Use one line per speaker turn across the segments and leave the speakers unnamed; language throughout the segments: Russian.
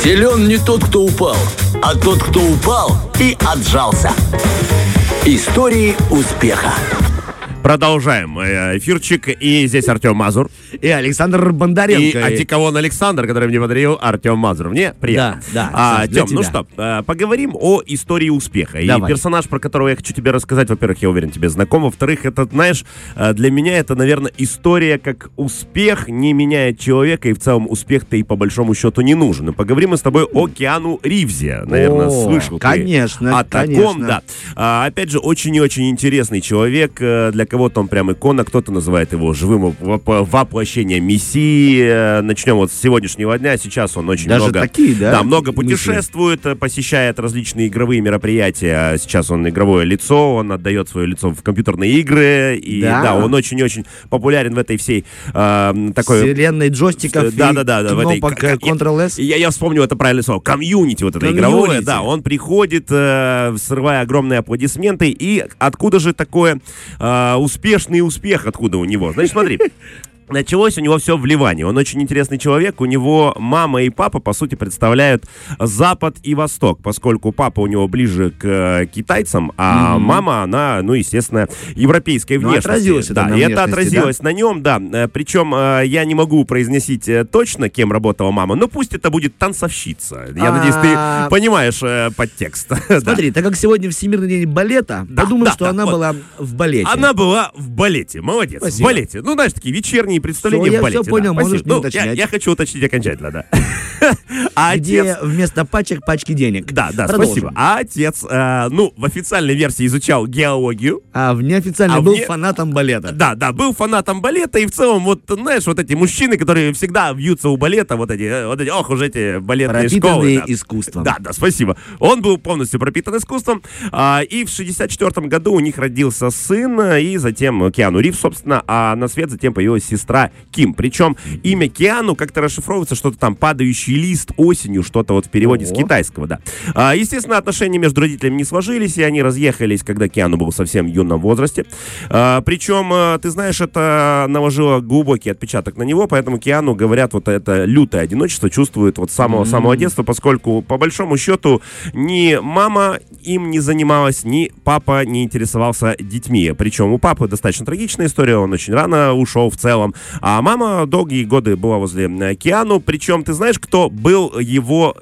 Силен не тот, кто упал, а тот, кто упал и отжался. Истории успеха.
Продолжаем эфирчик. И здесь Артем Мазур.
И Александр Бондаренко.
И одеколон Александр, который мне подарил Артем Мазур. Мне приятно.
Да.
Тем, ну что, поговорим о истории успеха.
Давай.
И персонаж, про которого я хочу тебе рассказать, во-первых, я уверен, тебе знаком. Во-вторых, это, знаешь, для меня это, наверное, история, как успех не меняет человека, и в целом успех-то и по большому счету не нужен. И поговорим мы с тобой о Киану Ривзе. Наверное, слышал
конечно,
ты о таком, да. Опять же, очень и очень интересный человек. Для кого-то он прям икона, кто-то называет его живым воплощением Мессии. Начнем вот с сегодняшнего дня. Сейчас он очень
даже
много,
такие, да,
много путешествует, посещает различные игровые мероприятия. Сейчас он игровое лицо, он отдает свое лицо в компьютерные игры. И да, он очень-очень популярен в этой всей такой...
вселенной джойстиков и кнопок Ctrl-S.
Я вспомнил это правильное слово. Комьюнити вот это игровое. Да, он приходит, срывая огромные аплодисменты. И откуда же такое... успешный успех, откуда у него? Значит, смотри. Началось у него все в Ливане. Он очень интересный человек. У него мама и папа, по сути, представляют Запад и Восток, поскольку папа у него ближе к китайцам, а мама, она, ну, естественно, европейской внешности.
Да,
и это отразилось на нем, да. Причем я не могу произносить точно, кем работала мама, но пусть это будет танцовщица. Я надеюсь, ты понимаешь подтекст.
Смотри, так как сегодня Всемирный день балета, я думаю, что она была в балете.
Она была в балете. Молодец.
Спасибо.
В балете. Ну, знаешь, такие вечерние представления в балете.
Я все понял, можешь не уточнять.
Я хочу уточнить окончательно, да.
Где вместо пачек пачки денег.
Да, спасибо. А отец, в официальной версии изучал геологию.
А в неофициальной был фанатом балета.
Да, был фанатом балета. И в целом, вот, знаешь, вот эти мужчины, которые всегда вьются у балета, вот эти, ох уж эти балетные школы.
Пропитанные искусством.
Да, спасибо. Он был полностью пропитан искусством. И в 1964 году у них родился сын, и затем Киану Ривз, собственно, а на свет затем появилась сестра Ким. Причем имя Киану как-то расшифровывается, что-то там «падающий лист осенью», что-то вот в переводе с китайского, да. Естественно, отношения между родителями не сложились, и они разъехались, когда Киану был совсем в юном возрасте. Причем, ты знаешь, это наложило глубокий отпечаток на него, поэтому Киану, говорят, вот это лютое одиночество чувствует вот с самого детства, поскольку, по большому счету, ни мама им не занималась, ни папа не интересовался детьми. Причем у папы достаточно трагичная история, он очень рано ушел в целом, а мама долгие годы была возле Киану. Причем, ты знаешь, кто был его...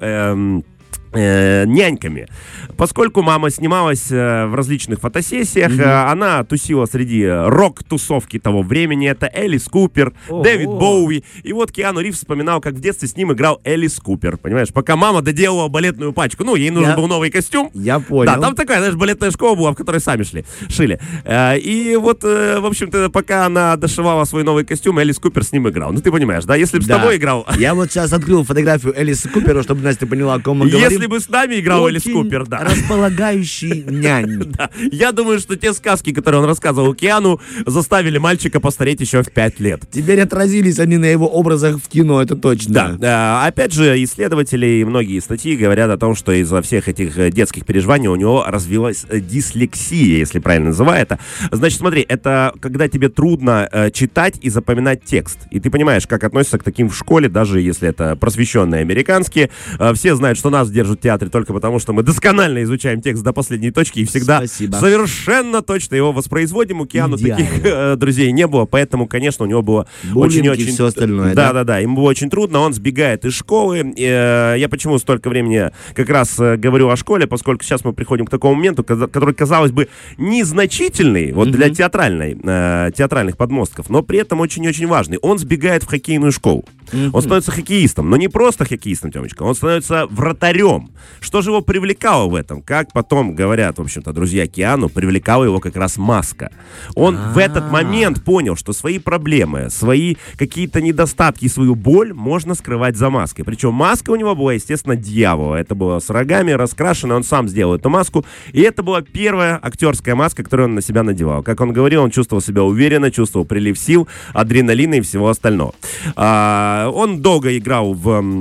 няньками. Поскольку мама снималась в различных фотосессиях, она тусила среди рок-тусовки того времени. Это Элис Купер, Дэвид Боуи. И вот Киану Ривз вспоминал, как в детстве с ним играл Элис Купер. Понимаешь, пока мама доделала балетную пачку. Ну, ей нужен был новый костюм.
Я понял.
Да, там такая, знаешь, балетная школа была, в которой сами шили. И вот, в общем-то, пока она дошивала свой новый костюм, Элис Купер с ним играл. Ну, ты понимаешь, да? Если бы с тобой играл...
Я вот сейчас открыл фотографию Элиса Купера, чтобы Настя поняла, о ком мы говорим.
Если бы с нами играл Элис Купер, да.
Располагающий нянь.
Да. Я думаю, что те сказки, которые он рассказывал Киану, заставили мальчика постареть еще в 5 лет.
Теперь отразились они на его образах в кино, это точно.
Да. Опять же, исследователи и многие статьи говорят о том, что из-за всех этих детских переживаний у него развилась дислексия, если правильно называю это. Значит, смотри, это когда тебе трудно читать и запоминать текст. И ты понимаешь, как относятся к таким в школе, даже если это просвещенные американские. Все знают, что нас держат в театре только потому, что мы досконально изучаем текст до последней точки и всегда совершенно точно его воспроизводим. У Киану таких друзей не было, поэтому, конечно, у него было очень-очень...
все остальное,
да, ему было очень трудно, он сбегает из школы. Я почему столько времени как раз говорю о школе, поскольку сейчас мы приходим к такому моменту, который, казалось бы, незначительный вот для театральных подмостков, но при этом очень-очень важный. Он сбегает в хоккейную школу. Он становится хоккеистом, но не просто хоккеистом, Тёмочка, он становится вратарем. Что же его привлекало в этом? Как потом говорят, в общем-то, друзья Киану, привлекала его как раз маска. Он в этот момент понял, что свои проблемы, свои какие-то недостатки, свою боль можно скрывать за маской. Причем маска у него была, естественно, дьявола. Это было с рогами, раскрашено, он сам сделал эту маску. И это была первая актерская маска, которую он на себя надевал. Как он говорил, он чувствовал себя уверенно, чувствовал прилив сил, адреналина и всего остального. Он долго играл в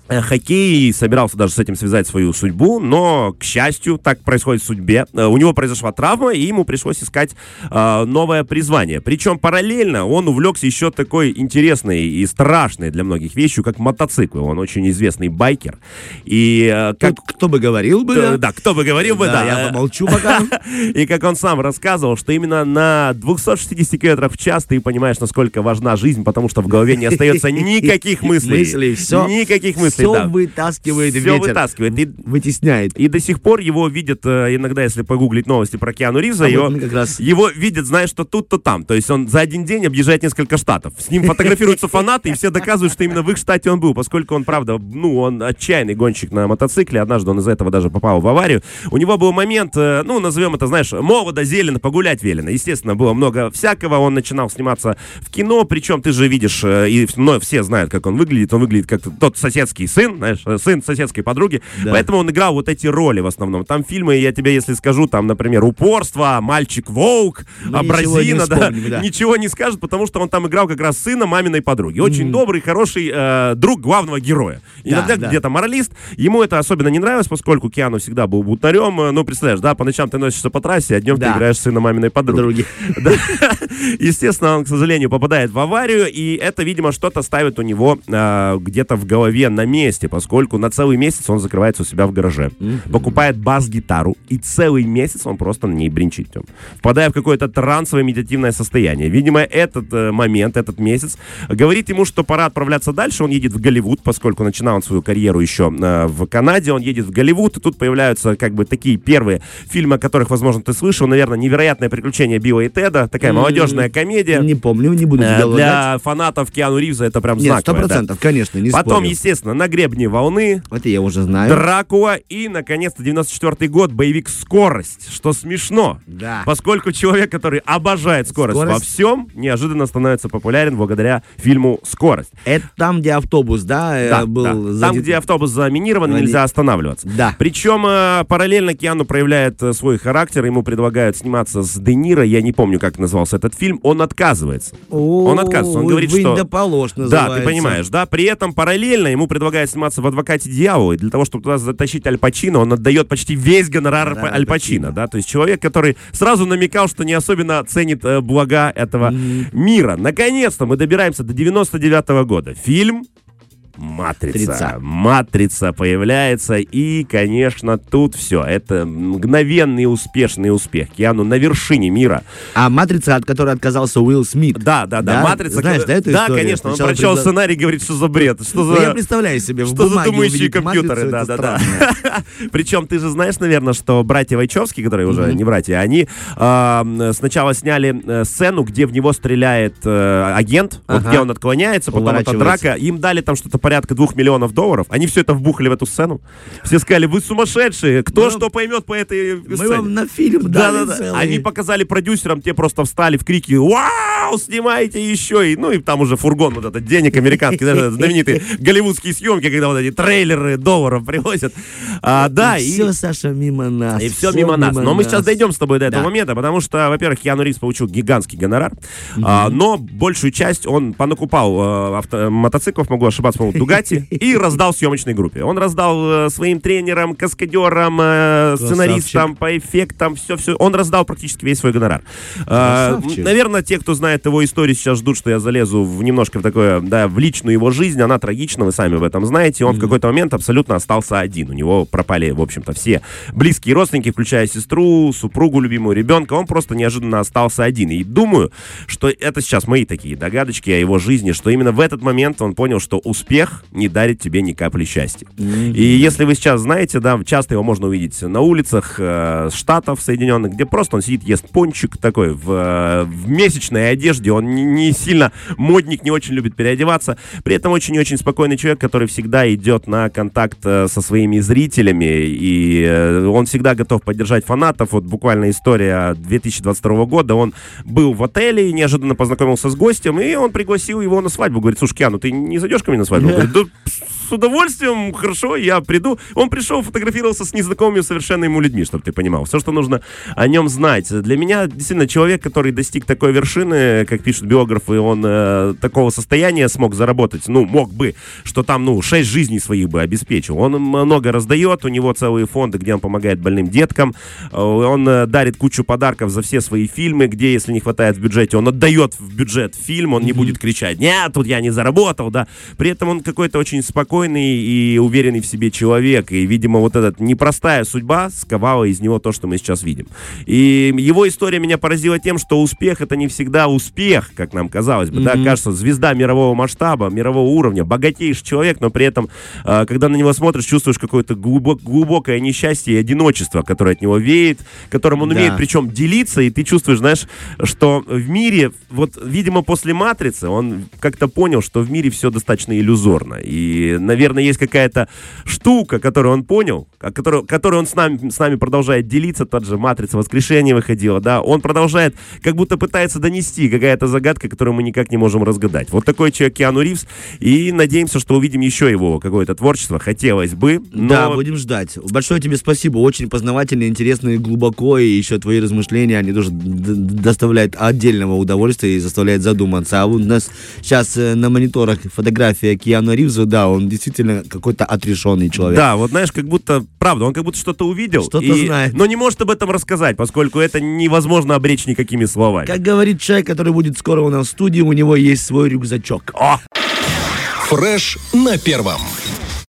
хоккей, и собирался даже с этим связать свою судьбу, но, к счастью, так происходит в судьбе. У него произошла травма, и ему пришлось искать новое призвание. Причем параллельно он увлекся еще такой интересной и страшной для многих вещью, как мотоциклы. Он очень известный байкер. И
кто бы говорил бы.
Да, кто бы говорил бы, да.
Я помолчу пока.
И как он сам рассказывал, что именно на 260 км в час ты понимаешь, насколько важна жизнь, потому что в голове не остается никаких мыслей. Никаких мыслей.
Все вытаскивает ветер.
Все вытаскивает. И
вытесняет.
И до сих пор его видят, иногда, если погуглить новости про Киану Ривза, его видят, знаешь, что тут, то там. То есть он за один день объезжает несколько штатов. С ним фотографируются фанаты, и все доказывают, что именно в их штате он был, поскольку он, правда, он отчаянный гонщик на мотоцикле. Однажды он из-за этого даже попал в аварию. У него был момент, назовем это, знаешь, молодо, зелено, погулять велено. Естественно, было много всякого. Он начинал сниматься в кино, причем ты же видишь, и все знают, как он выглядит. Он выглядит как тот соседский сын, знаешь, сын соседской подруги. Да. Поэтому он играл вот эти роли в основном. Там фильмы, я тебе, если скажу, там, например, «Упорство», «Мальчик-волк», «Абразина», ничего не скажет, потому что он там играл как раз сына маминой подруги. Очень добрый, хороший друг главного героя. Иногда где-то моралист. Ему это особенно не нравилось, поскольку Киану всегда был бутнарем. Ну, представляешь, да, по ночам ты носишься по трассе, а днем ты играешь сына маминой подруги. Естественно, он, к сожалению, попадает в аварию, и это, видимо, что-то ставит у него где-то в голове на месте, поскольку на целый месяц он закрывается у себя в гараже, покупает бас-гитару, и целый месяц он просто на ней бренчит. Впадая в какое-то трансовое медитативное состояние. Видимо, этот момент, этот месяц говорит ему, что пора отправляться дальше. Он едет в Голливуд, поскольку начинал он свою карьеру еще в Канаде. Он едет в Голливуд, и тут появляются как бы такие первые фильмы, о которых, возможно, ты слышал. Наверное, «Невероятное приключение Билла и Теда». Такая молодежная комедия.
Не помню, не буду тебя лгать.
Для фанатов Киану Ривза это прям знаковое.
100%, конечно, не
Потом,
спорю.
естественно, «На гребне волны».
Это я уже знаю.
«Дракула» и, наконец-то, 94-й год, боевик «Скорость», что смешно.
Да.
Поскольку человек, который обожает скорость во всем, неожиданно становится популярен благодаря фильму «Скорость».
Это там, где автобус, был...
Да. Там, где автобус заминирован, нельзя останавливаться.
Да.
Причем параллельно Киану проявляет свой характер, ему предлагают сниматься с Де Ниро, я не помню, как назывался этот фильм, он отказывается. Он отказывается, он говорит, что...
называется.
Да, ты понимаешь, да? При этом параллельно ему предлагают сниматься в «Адвокате дьявола», и для того, чтобы туда затащить Аль Пачино, он отдает почти весь гонорар Аль Пачино, да? То есть человек, который сразу намекал, что не особенно ценит блага этого мира. Наконец-то мы добираемся до 99-го года. Фильм «Матрица» появляется, и, конечно, тут все. Это мгновенный успешный успех. Киану на вершине мира.
А «Матрица», от которой отказался Уилл Смит.
Да. «Матрица».
Знаешь, эту
да,
историю?
конечно. Он прочел сценарий и говорит, что за бред.
Я представляю себе,
что за думающие компьютеры. Да. Причем ты же знаешь, наверное, что братья Вайчовски, которые уже не братья, они сначала сняли сцену, где в него стреляет агент, где он отклоняется, потом это драка. Им дали там что-то порядка $2 миллионов. Они все это вбухали в эту сцену. Все сказали, вы сумасшедшие, кто что поймет по этой сцене.
Мы вам на фильм дали целый.
Они показали продюсерам, те просто встали в крики, вау, снимайте еще. И там уже фургон вот этот денег американский, знаменитые голливудские съемки, когда вот эти трейлеры долларов привозят.
Все, Саша, мимо нас.
И все мимо нас. Но мы сейчас дойдем с тобой до этого момента, потому что, во-первых, Киану Ривз получил гигантский гонорар, но большую часть он понакупал мотоциклов, могу ошибаться, по-моему, Дугати, и раздал съемочной группе. Он раздал своим тренерам, каскадерам, сценаристам, по эффектам, все. Он раздал практически весь свой гонорар. Наверное, те, кто знает его историю, сейчас ждут, что я залезу немножко в такое, в личную его жизнь. Она трагична, вы сами об этом знаете. Он в какой-то момент абсолютно остался один. У него пропали, в общем-то, все близкие родственники, включая сестру, супругу, любимую, ребенка. Он просто неожиданно остался один. И думаю, что это сейчас мои такие догадочки о его жизни, что именно в этот момент он понял, что успех не дарит тебе ни капли счастья. И если вы сейчас знаете, часто его можно увидеть на улицах Штатов Соединенных, где просто он сидит, ест пончик такой в месячной одежде, он не сильно модник, не очень любит переодеваться, при этом очень-очень спокойный человек, который всегда идет на контакт со своими зрителями, и он всегда готов поддержать фанатов. Вот буквально история 2022 года, он был в отеле и неожиданно познакомился с гостем, и он пригласил его на свадьбу, говорит, слушай, Киану, ты не зайдешь ко мне на свадьбу? Он говорит, с удовольствием, хорошо, я приду. Он пришел, фотографировался с незнакомыми совершенно ему людьми, чтобы ты понимал. Все, что нужно о нем знать. Для меня, действительно, человек, который достиг такой вершины, как пишут биографы, он такого состояния смог заработать, мог бы, что там, 6 жизней своих бы обеспечил. Он много раздает, у него целые фонды, где он помогает больным деткам, он дарит кучу подарков за все свои фильмы, где, если не хватает в бюджете, он отдает в бюджет фильм, он не будет кричать: нет, тут я не заработал, да. При этом он какой-то очень спокойный и уверенный в себе человек, и, видимо, вот эта непростая судьба сковала из него то, что мы сейчас видим. И его история меня поразила тем, что успех — это не всегда успех, как нам казалось бы, да, кажется, звезда мирового масштаба, мирового уровня, богатейший человек, но при этом, когда на него смотришь, чувствуешь какое-то глубокое несчастье и одиночество, которое от него веет, которым он умеет причем делиться, и ты чувствуешь, знаешь, что в мире, вот, видимо, после «Матрицы» он как-то понял, что в мире все достаточно иллюзорно. И, наверное, есть какая-то штука, которую он понял, которую он с нами продолжает делиться. Тот же «Матрица», «Воскрешение» выходила, да. Он продолжает, как будто пытается донести какая-то загадка, которую мы никак не можем разгадать. Вот такой человек Киану Ривз. И надеемся, что увидим еще его какое-то творчество. Хотелось бы, но...
Да, будем ждать. Большое тебе спасибо. Очень познавательно, интересно и глубоко. И еще твои размышления, они тоже доставляют отдельного удовольствия и заставляют задуматься. А у нас сейчас на мониторах фотография Киану Ривза, да, он действительно какой-то отрешенный человек.
Да, вот знаешь, как будто, правда, он как будто что-то увидел.
Что-то знает.
Но не может об этом рассказать, поскольку это невозможно обречь никакими словами.
Как говорит человек, который будет скоро у нас в студии, у него есть свой рюкзачок.
Фреш на первом.